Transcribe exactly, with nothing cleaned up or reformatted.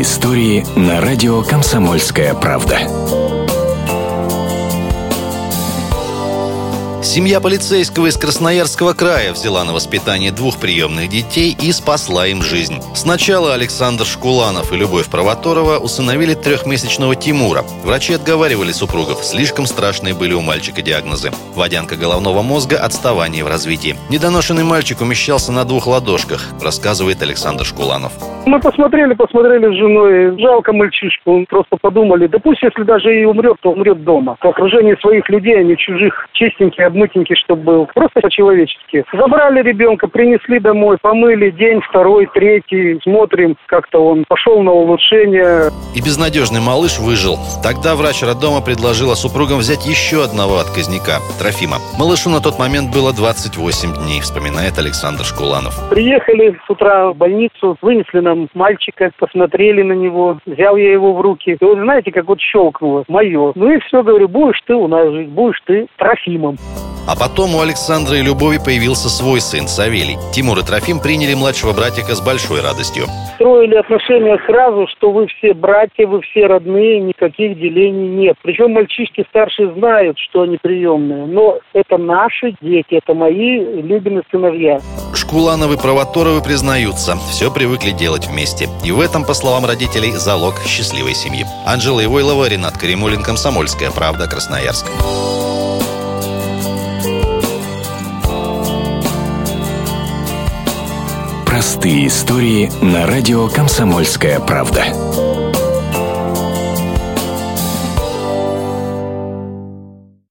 истории на радио «Комсомольская правда». Семья полицейского из Красноярского края взяла на воспитание двух приемных детей и спасла им жизнь. Сначала Александр Шкуланов и Любовь Провоторова усыновили трехмесячного Тимура. Врачи отговаривали супругов, слишком страшные были у мальчика диагнозы: водянка головного мозга, отставание в развитии. Недоношенный мальчик умещался на двух ладошках, рассказывает Александр Шкуланов. Мы посмотрели, посмотрели с женой. Жалко мальчишку. Мы просто подумали, да пусть, если даже и умрет, то умрет дома. В окружении своих людей, а не чужих, чистенький, обмытенький, чтобы был. Просто по-человечески. Забрали ребенка, принесли домой, помыли день, второй, третий. Смотрим, как-то он пошел на улучшение. И безнадежный малыш выжил. Тогда врач роддома предложила супругам взять еще одного отказника, Трофима. Малышу на тот момент было двадцать восемь дней, вспоминает Александр Шкуланов. Приехали с утра в больницу, вынесли нам мальчика, посмотрели на него, взял я его в руки. И вот знаете, как вот щелкнуло, мое. Ну и все, говорю, будешь ты у нас жить, будешь ты Трофимом. А потом у Александра и Любови появился свой сын, Савелий. Тимур и Трофим приняли младшего братика с большой радостью. Строили отношения сразу, что вы все братья, вы все родные, никаких делений нет. Причем мальчишки старшие знают, что они приемные. Но это наши дети, это мои Любины сыновья. Шкулановы, Провоторовы признаются, все привыкли делать вместе. И в этом, по словам родителей, залог счастливой семьи. Анжела Ивойлова, Ренат Каримулин, «Комсомольская правда», Красноярск. Простые истории на радио «Комсомольская правда».